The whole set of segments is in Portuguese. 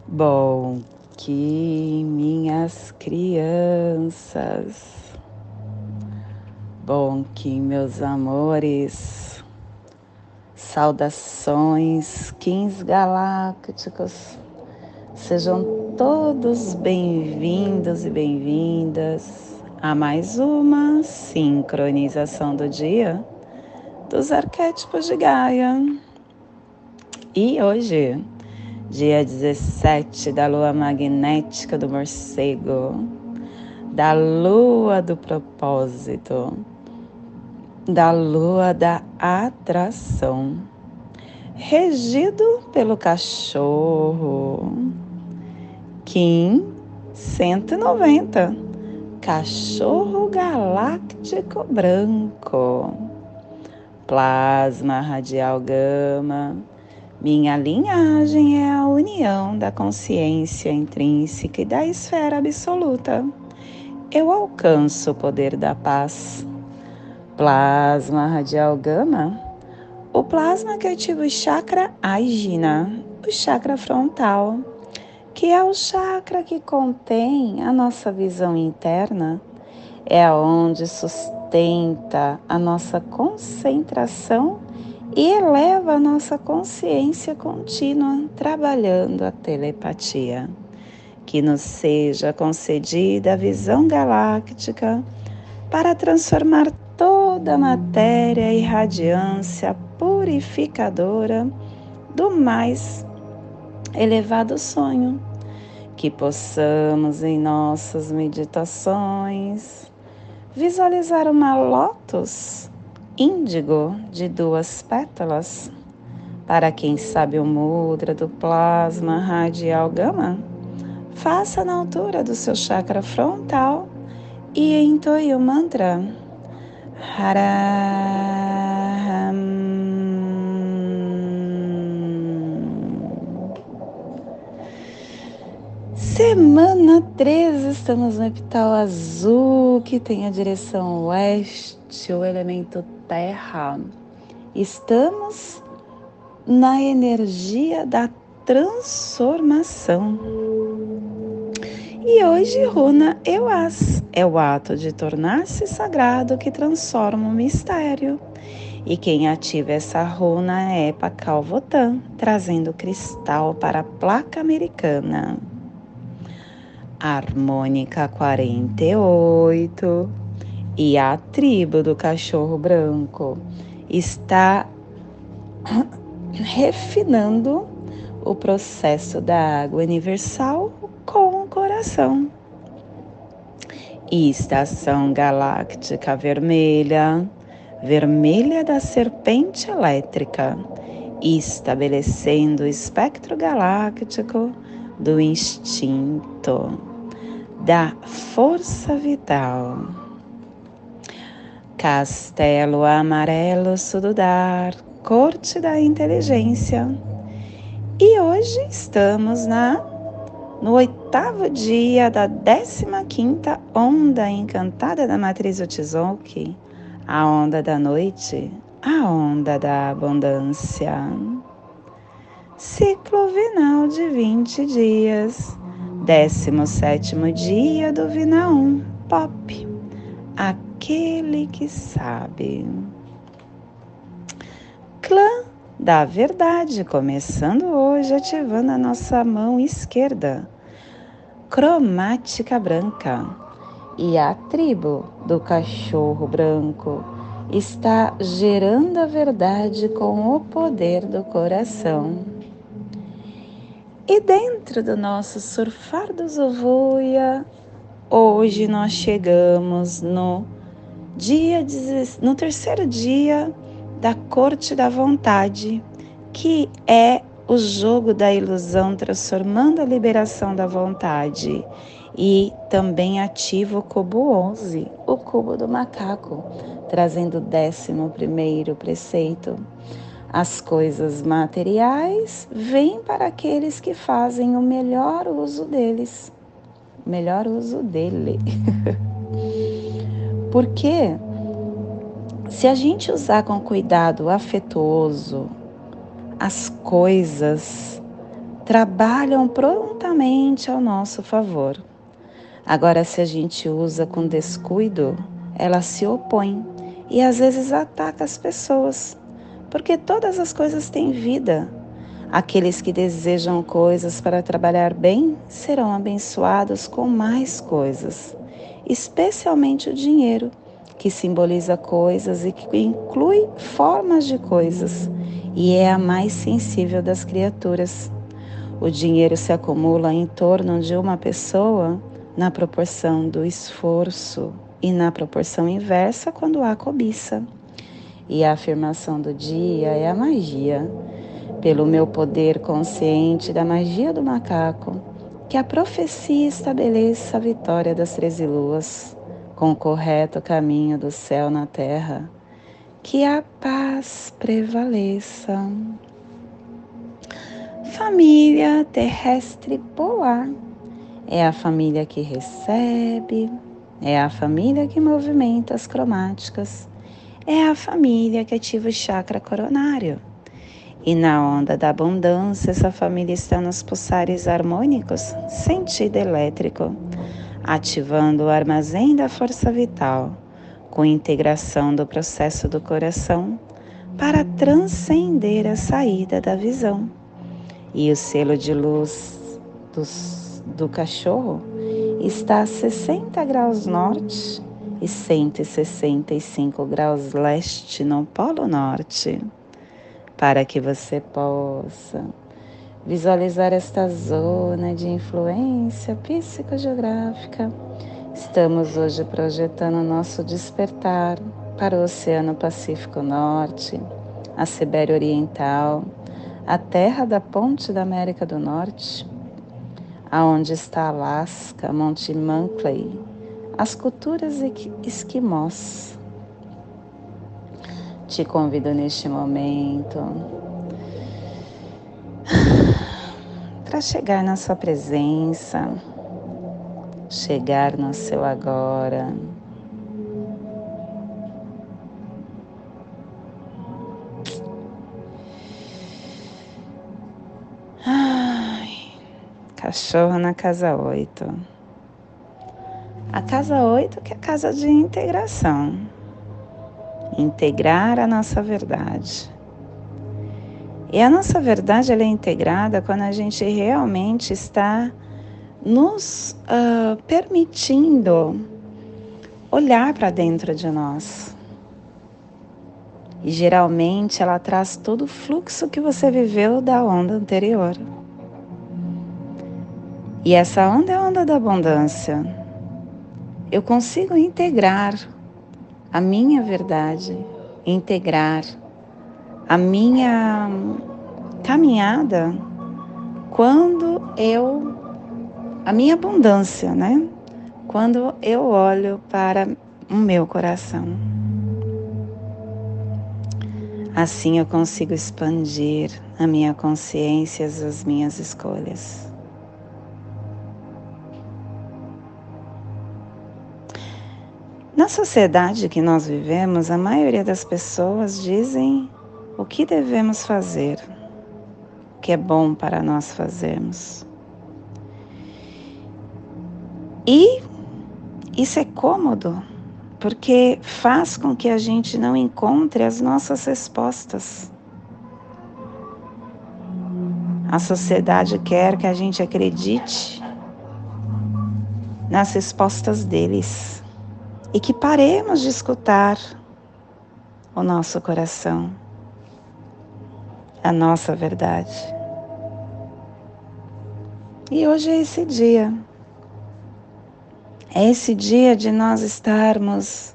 Bom, que minhas crianças, bom que meus amores, saudações, Kins galácticos, sejam todos bem-vindos e bem-vindas a mais uma sincronização do dia dos arquétipos de Gaia. E hoje, dia 17 da lua magnética do morcego, da lua do propósito, da lua da atração, regido pelo cachorro, Kim 190, cachorro galáctico branco, plasma radial gama. Minha linhagem é a união da consciência intrínseca e da esfera absoluta. Eu alcanço o poder da paz. Plasma radial gama. O plasma que ativa o chakra Ajna, o chakra frontal, que é o chakra que contém a nossa visão interna, é onde sustenta a nossa concentração e eleva a nossa consciência contínua, trabalhando a telepatia. Que nos seja concedida a visão galáctica para transformar toda a matéria e radiância purificadora do mais elevado sonho. Que possamos em nossas meditações visualizar uma lótus índigo de 2 pétalas. Para quem sabe o mudra do plasma radial gama, faça na altura do seu chakra frontal e entoie o mantra Haraham. Semana 13, estamos no epital azul, que tem a direção oeste, o elemento terra. Estamos na energia da transformação. E hoje, runa Euaz, é o ato de tornar-se sagrado que transforma o mistério. E quem ativa essa runa é Pakal Votan, trazendo cristal para a placa americana. Harmônica 48 e a tribo do cachorro branco está refinando o processo da água universal com o coração. E estação galáctica vermelha, vermelha da serpente elétrica, estabelecendo o espectro galáctico do instinto, da força vital. Castelo amarelo Sududar, corte da inteligência. E hoje estamos no 8º dia da 15ª onda encantada da matriz Tzolk'in, a onda da noite, a onda da abundância. Ciclo vinal de 20 dias, 17º dia do Vina 1, Pop, aquele que sabe. Clã da verdade, começando hoje, ativando a nossa mão esquerda, cromática branca. E a tribo do cachorro branco está gerando a verdade com o poder do coração. E dentro do nosso surfar do Zovuia, hoje nós chegamos no 3º dia da corte da vontade, que é o jogo da ilusão, transformando a liberação da vontade. E também ativa o cubo 11, o cubo do macaco, trazendo o 11º preceito. As coisas materiais vêm para aqueles que fazem o melhor uso deles. Melhor uso dele. Porque se a gente usar com cuidado afetuoso as coisas, trabalham prontamente ao nosso favor. Agora, se a gente usa com descuido, ela se opõe e às vezes ataca as pessoas, porque todas as coisas têm vida. Aqueles que desejam coisas para trabalhar bem serão abençoados com mais coisas, especialmente o dinheiro, que simboliza coisas e que inclui formas de coisas, e é a mais sensível das criaturas. O dinheiro se acumula em torno de uma pessoa na proporção do esforço e na proporção inversa quando há cobiça. E a afirmação do dia é a magia. Pelo meu poder consciente da magia do macaco, que a profecia estabeleça a vitória das 13 luas, com o correto caminho do céu na terra, que a paz prevaleça. Família terrestre polar é a família que recebe, é a família que movimenta as cromáticas, é a família que ativa o chakra coronário. E na onda da abundância, essa família está nos pulsares harmônicos, sentido elétrico, ativando o armazém da força vital, com integração do processo do coração, para transcender a saída da visão. E o selo de luz do cachorro está a 60 graus norte e 165 graus leste no Polo Norte, para que você possa visualizar esta zona de influência psicogeográfica. Estamos hoje projetando nosso despertar para o Oceano Pacífico Norte, a Sibéria Oriental, a terra da ponte da América do Norte, aonde está Alasca, Monte Manclay, as culturas esquimós. Te convido neste momento para chegar na sua presença, chegar no seu agora. Cachorro na casa 8. A casa 8 que é a casa de integração. Integrar a nossa verdade. E a nossa verdade ela é integrada quando a gente realmente está nos permitindo olhar para dentro de nós. E geralmente ela traz todo o fluxo que você viveu da onda anterior. E essa onda é a onda da abundância. Eu consigo integrar a minha verdade, integrar a minha caminhada a minha abundância, né? Quando eu olho para o meu coração. Assim eu consigo expandir a minha consciência e as minhas escolhas. Na sociedade que nós vivemos, a maioria das pessoas dizem o que devemos fazer, o que é bom para nós fazermos. E isso é cômodo, porque faz com que a gente não encontre as nossas respostas. A sociedade quer que a gente acredite nas respostas deles. E que paremos de escutar o nosso coração, a nossa verdade. E hoje é esse dia. É esse dia de nós estarmos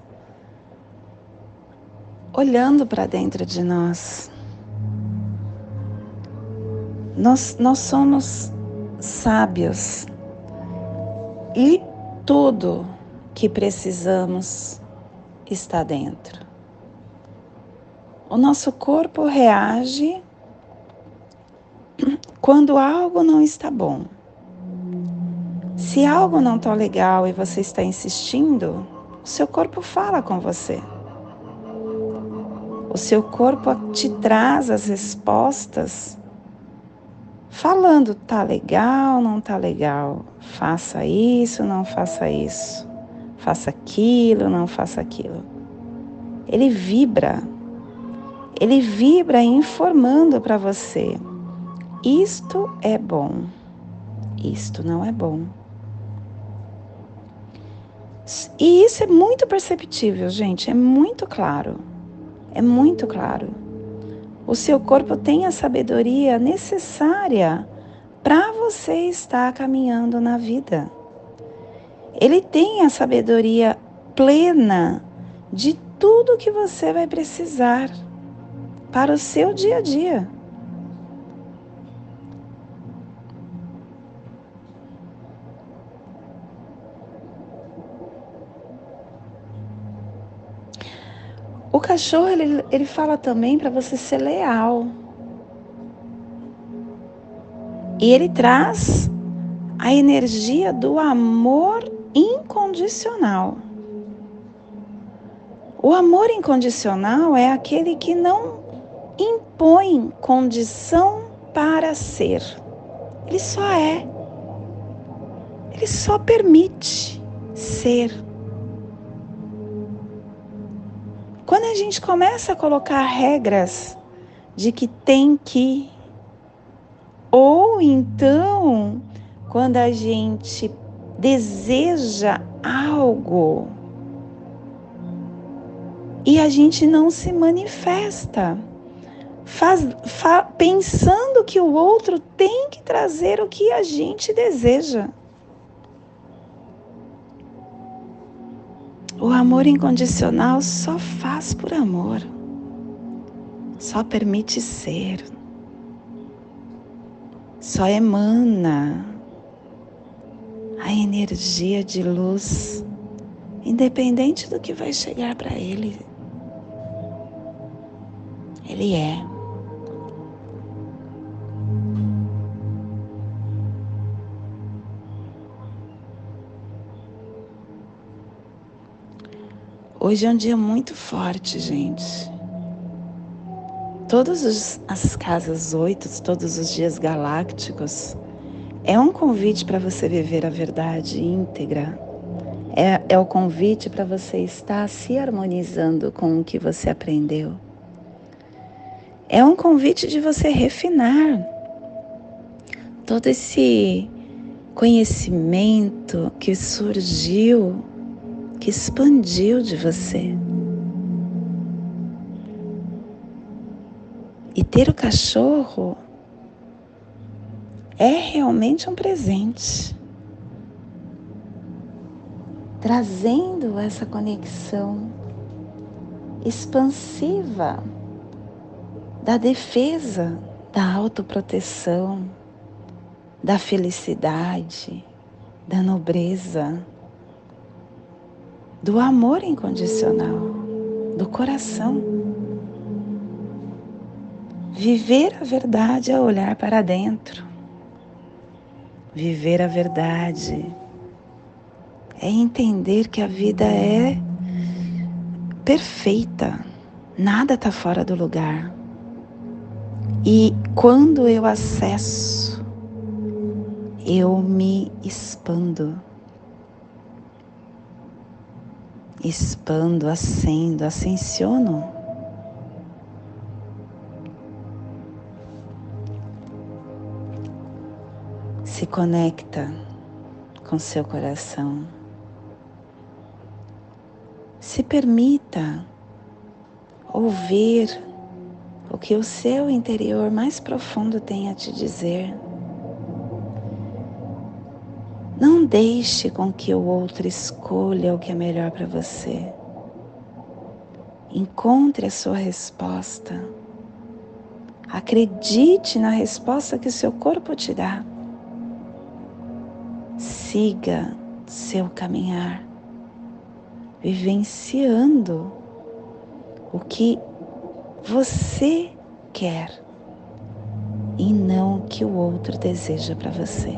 olhando para dentro de nós. Nós somos sábios e tudo que precisamos está dentro. O nosso corpo reage quando algo não está bom. Se algo não está legal e você está insistindo, o seu corpo fala com você. O seu corpo te traz as respostas falando, tá legal, não tá legal, faça isso, não faça isso, faça aquilo, não faça aquilo. Ele vibra informando para você, isto é bom, isto não é bom. E isso é muito perceptível, gente, é muito claro, é muito claro. O seu corpo tem a sabedoria necessária para você estar caminhando na vida. Ele tem a sabedoria plena de tudo que você vai precisar para o seu dia a dia. O cachorro, ele fala também para você ser leal. E ele traz a energia do amor incondicional. O amor incondicional é aquele que não impõe condição para ser. Ele só é. Ele só permite ser. Quando a gente começa a colocar regras de que tem que, ou então quando a gente deseja algo e a gente não se manifesta, pensando que o outro tem que trazer o que a gente deseja. O amor incondicional só faz por amor, só permite ser, só emana a energia de luz, independente do que vai chegar para ele. Ele é. Hoje é um dia muito forte, gente. Todas as casas 8, todos os dias galácticos, é um convite para você viver a verdade íntegra. É o convite para você estar se harmonizando com o que você aprendeu. É um convite de você refinar todo esse conhecimento que surgiu, que expandiu de você. E ter o cachorro é realmente um presente, trazendo essa conexão expansiva da defesa, da autoproteção, da felicidade, da nobreza, do amor incondicional, do coração. Viver a verdade é olhar para dentro. Viver a verdade é entender que a vida é perfeita, nada está fora do lugar. E quando eu acesso, eu me expando, ascendo, ascensiono. Se conecta com seu coração. Se permita ouvir o que o seu interior mais profundo tem a te dizer. Não deixe com que o outro escolha o que é melhor para você. Encontre a sua resposta. Acredite na resposta que o seu corpo te dá. Siga seu caminhar, vivenciando o que você quer e não o que o outro deseja para você.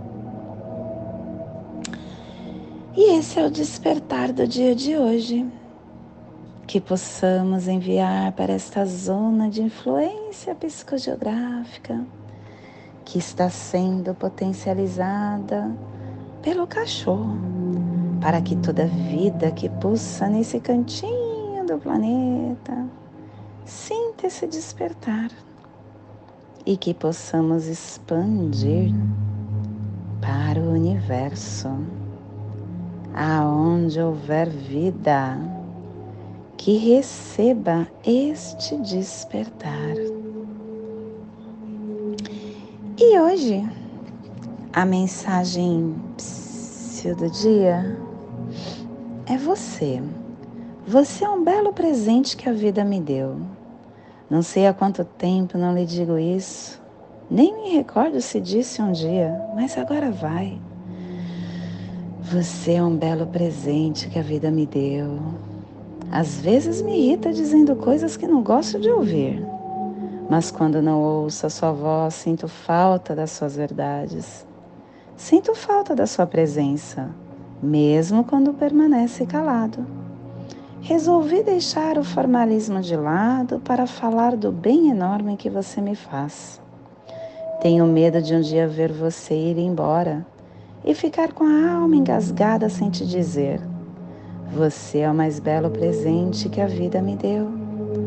E esse é o despertar do dia de hoje. Que possamos enviar para esta zona de influência psicogeográfica, que está sendo potencializada pelo cachorro, para que toda vida que pulsa nesse cantinho do planeta sinta esse despertar e que possamos expandir para o universo, aonde houver vida, que receba este despertar. E hoje, a mensagem do dia é você. Você é um belo presente que a vida me deu. Não sei há quanto tempo não lhe digo isso, nem me recordo se disse um dia, mas agora vai. Você é um belo presente que a vida me deu. Às vezes me irrita dizendo coisas que não gosto de ouvir, mas quando não ouço a sua voz, sinto falta das suas verdades. Sinto falta da sua presença, mesmo quando permanece calado. Resolvi deixar o formalismo de lado para falar do bem enorme que você me faz. Tenho medo de um dia ver você ir embora e ficar com a alma engasgada sem te dizer: você é o mais belo presente que a vida me deu.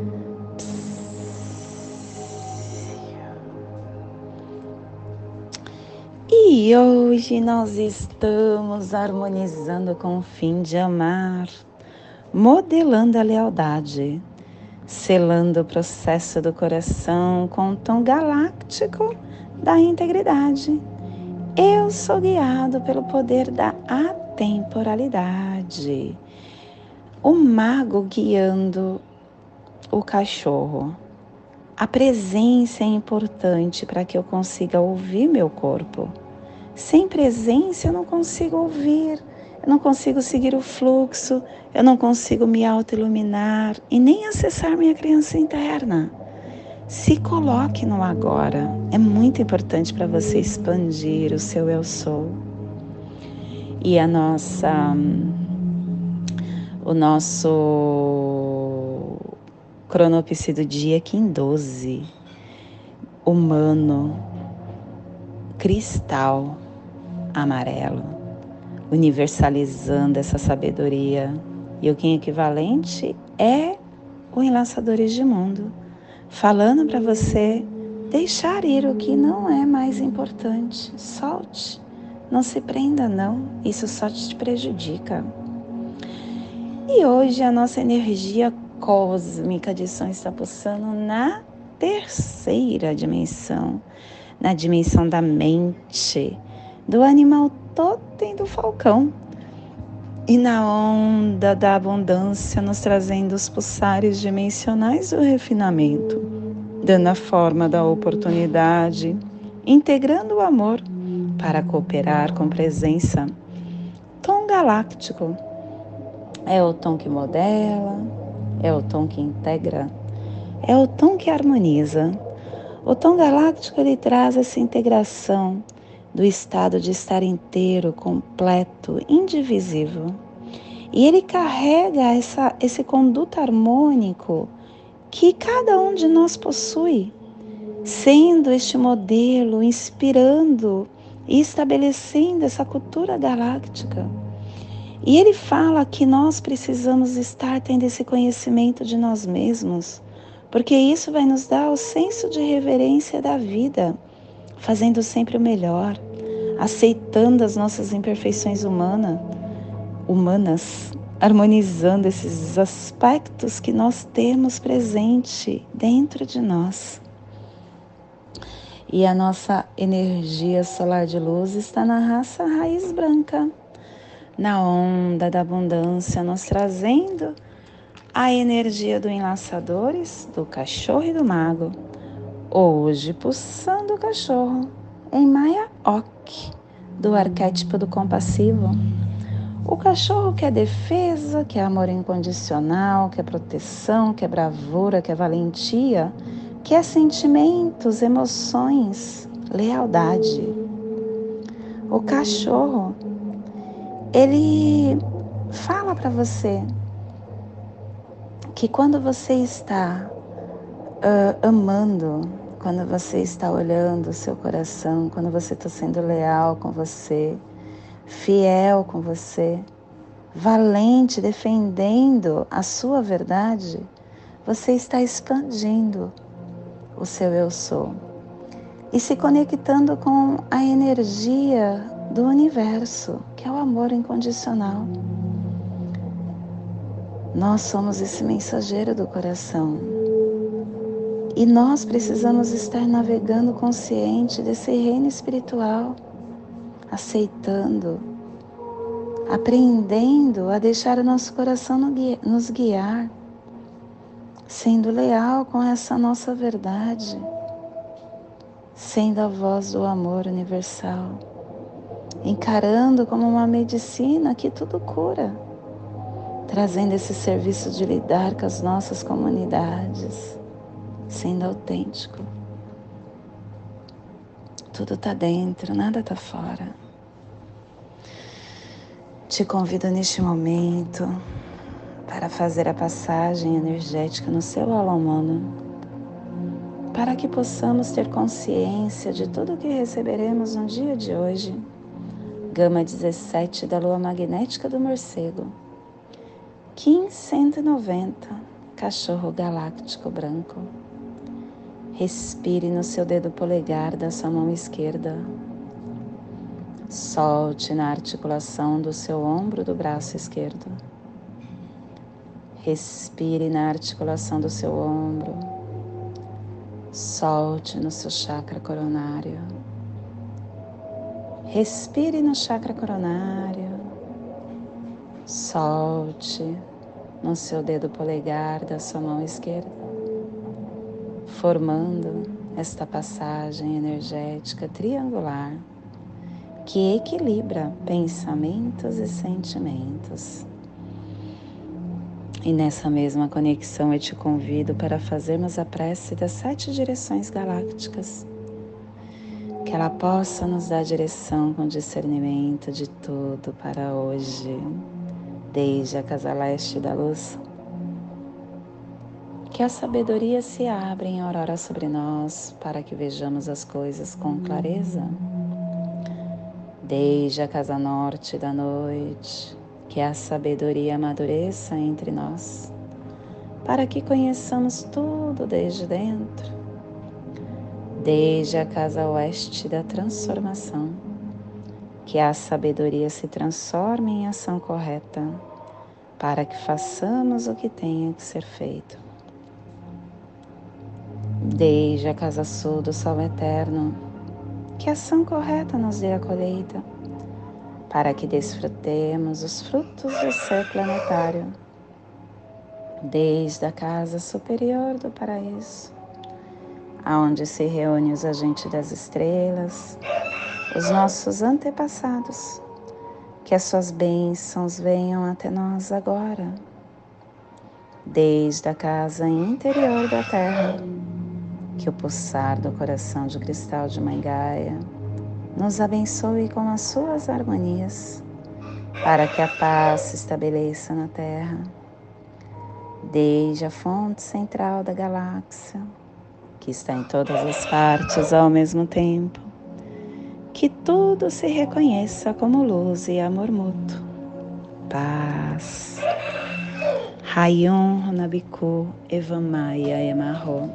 E hoje nós estamos harmonizando com o fim de amar, modelando a lealdade, selando o processo do coração com o tom galáctico da integridade. Eu sou guiado pelo poder da atemporalidade. O mago guiando o cachorro. A presença é importante para que eu consiga ouvir meu corpo. Sem presença eu não consigo ouvir, eu não consigo seguir o fluxo, eu não consigo me auto-iluminar e nem acessar minha criança interna. Se coloque no agora. É muito importante para você expandir o seu eu sou. E o nosso cronopse do dia Kim 12, humano, cristal amarelo, universalizando essa sabedoria. E o Kim equivalente é o Enlaçadores de Mundo, falando para você deixar ir o que não é mais importante. Solte, não se prenda não, isso só te prejudica. E hoje a nossa energia cósmica de som está pulsando na terceira dimensão, na dimensão da mente, do animal totem do falcão. E na onda da abundância, nos trazendo os pulsares dimensionais do refinamento, dando a forma da oportunidade, integrando o amor para cooperar com presença. Tom galáctico é o tom que modela, é o tom que integra, é o tom que harmoniza. O tom galáctico ele traz essa integração do estado de estar inteiro, completo, indivisível. E ele carrega esse conduto harmônico que cada um de nós possui, sendo este modelo, inspirando e estabelecendo essa cultura galáctica. E ele fala que nós precisamos estar tendo esse conhecimento de nós mesmos, porque isso vai nos dar o senso de reverência da vida, fazendo sempre o melhor, aceitando as nossas imperfeições humanas, harmonizando esses aspectos que nós temos presente dentro de nós. E a nossa energia solar de luz está na raça raiz branca, na onda da abundância, nos trazendo a energia do Enlaçadores, do cachorro e do mago. Hoje pulsando o cachorro em Maya Ok, do arquétipo do compassivo. O cachorro quer defesa, quer amor incondicional, quer proteção, quer bravura, quer valentia, quer sentimentos, emoções, lealdade. O cachorro, ele fala para você que quando você está amando quando você está olhando o seu coração, quando você está sendo leal com você, fiel com você, valente, defendendo a sua verdade, você está expandindo o seu eu sou e se conectando com a energia do universo, que é o amor incondicional. Nós somos esse mensageiro do coração e nós precisamos estar navegando consciente desse reino espiritual, aceitando, aprendendo a deixar o nosso coração nos guiar, sendo leal com essa nossa verdade, sendo a voz do amor universal, encarando como uma medicina que tudo cura, trazendo esse serviço de lidar com as nossas comunidades, sendo autêntico. Tudo está dentro, nada está fora. Te convido neste momento para fazer a passagem energética no seu alma humana, para que possamos ter consciência de tudo o que receberemos no dia de hoje. Gama 17 da Lua Magnética do Morcego, Kim 190, Cachorro Galáctico Branco. Respire no seu dedo polegar da sua mão esquerda. Solte na articulação do seu ombro do braço esquerdo. Respire na articulação do seu ombro. Solte no seu chakra coronário. Respire no chakra coronário. Solte no seu dedo polegar da sua mão esquerda, formando esta passagem energética triangular que equilibra pensamentos e sentimentos. E nessa mesma conexão eu te convido para fazermos a prece das 7 direções galácticas, que ela possa nos dar direção com discernimento de tudo para hoje, desde a casa leste da luz. Que a sabedoria se abra em aurora sobre nós para que vejamos as coisas com clareza. Desde a casa norte da noite, que a sabedoria amadureça entre nós, para que conheçamos tudo desde dentro. Desde a casa oeste da transformação, que a sabedoria se transforme em ação correta, para que façamos o que tenha que ser feito. Desde a casa sul do sol eterno, que a ação correta nos dê a colheita, para que desfrutemos os frutos do ser planetário. Desde a casa superior do paraíso, aonde se reúnem os agentes das estrelas, os nossos antepassados, que as suas bênçãos venham até nós agora. Desde a casa interior da Terra, que o pulsar do coração de cristal de Mãe Gaia nos abençoe com as suas harmonias, para que a paz se estabeleça na Terra. Desde a fonte central da galáxia, que está em todas as partes ao mesmo tempo, que tudo se reconheça como luz e amor mútuo. Paz. Rayon Runabiku Evamaya Emarro.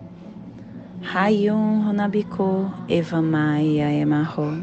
Rayon Runabiku Evamaya Emarro.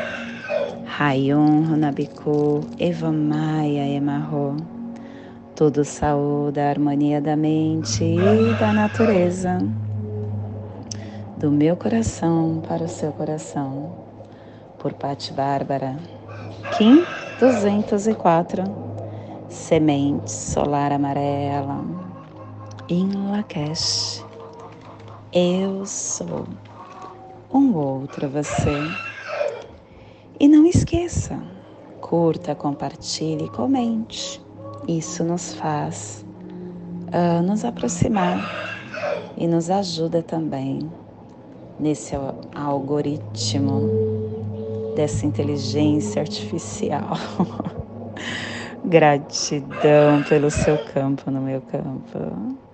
Rayon Runabiku Evamaya Emarro. Tudo saúde a harmonia da mente e da natureza. Do meu coração para o seu coração. Por Patti Bárbara. Kim 204. Semente solar amarela. Em Lakesh. Eu sou um outro você. E não esqueça, curta, compartilhe e comente. Isso nos faz nos aproximar e nos ajuda também nesse algoritmo dessa inteligência artificial. Gratidão pelo seu campo no meu campo.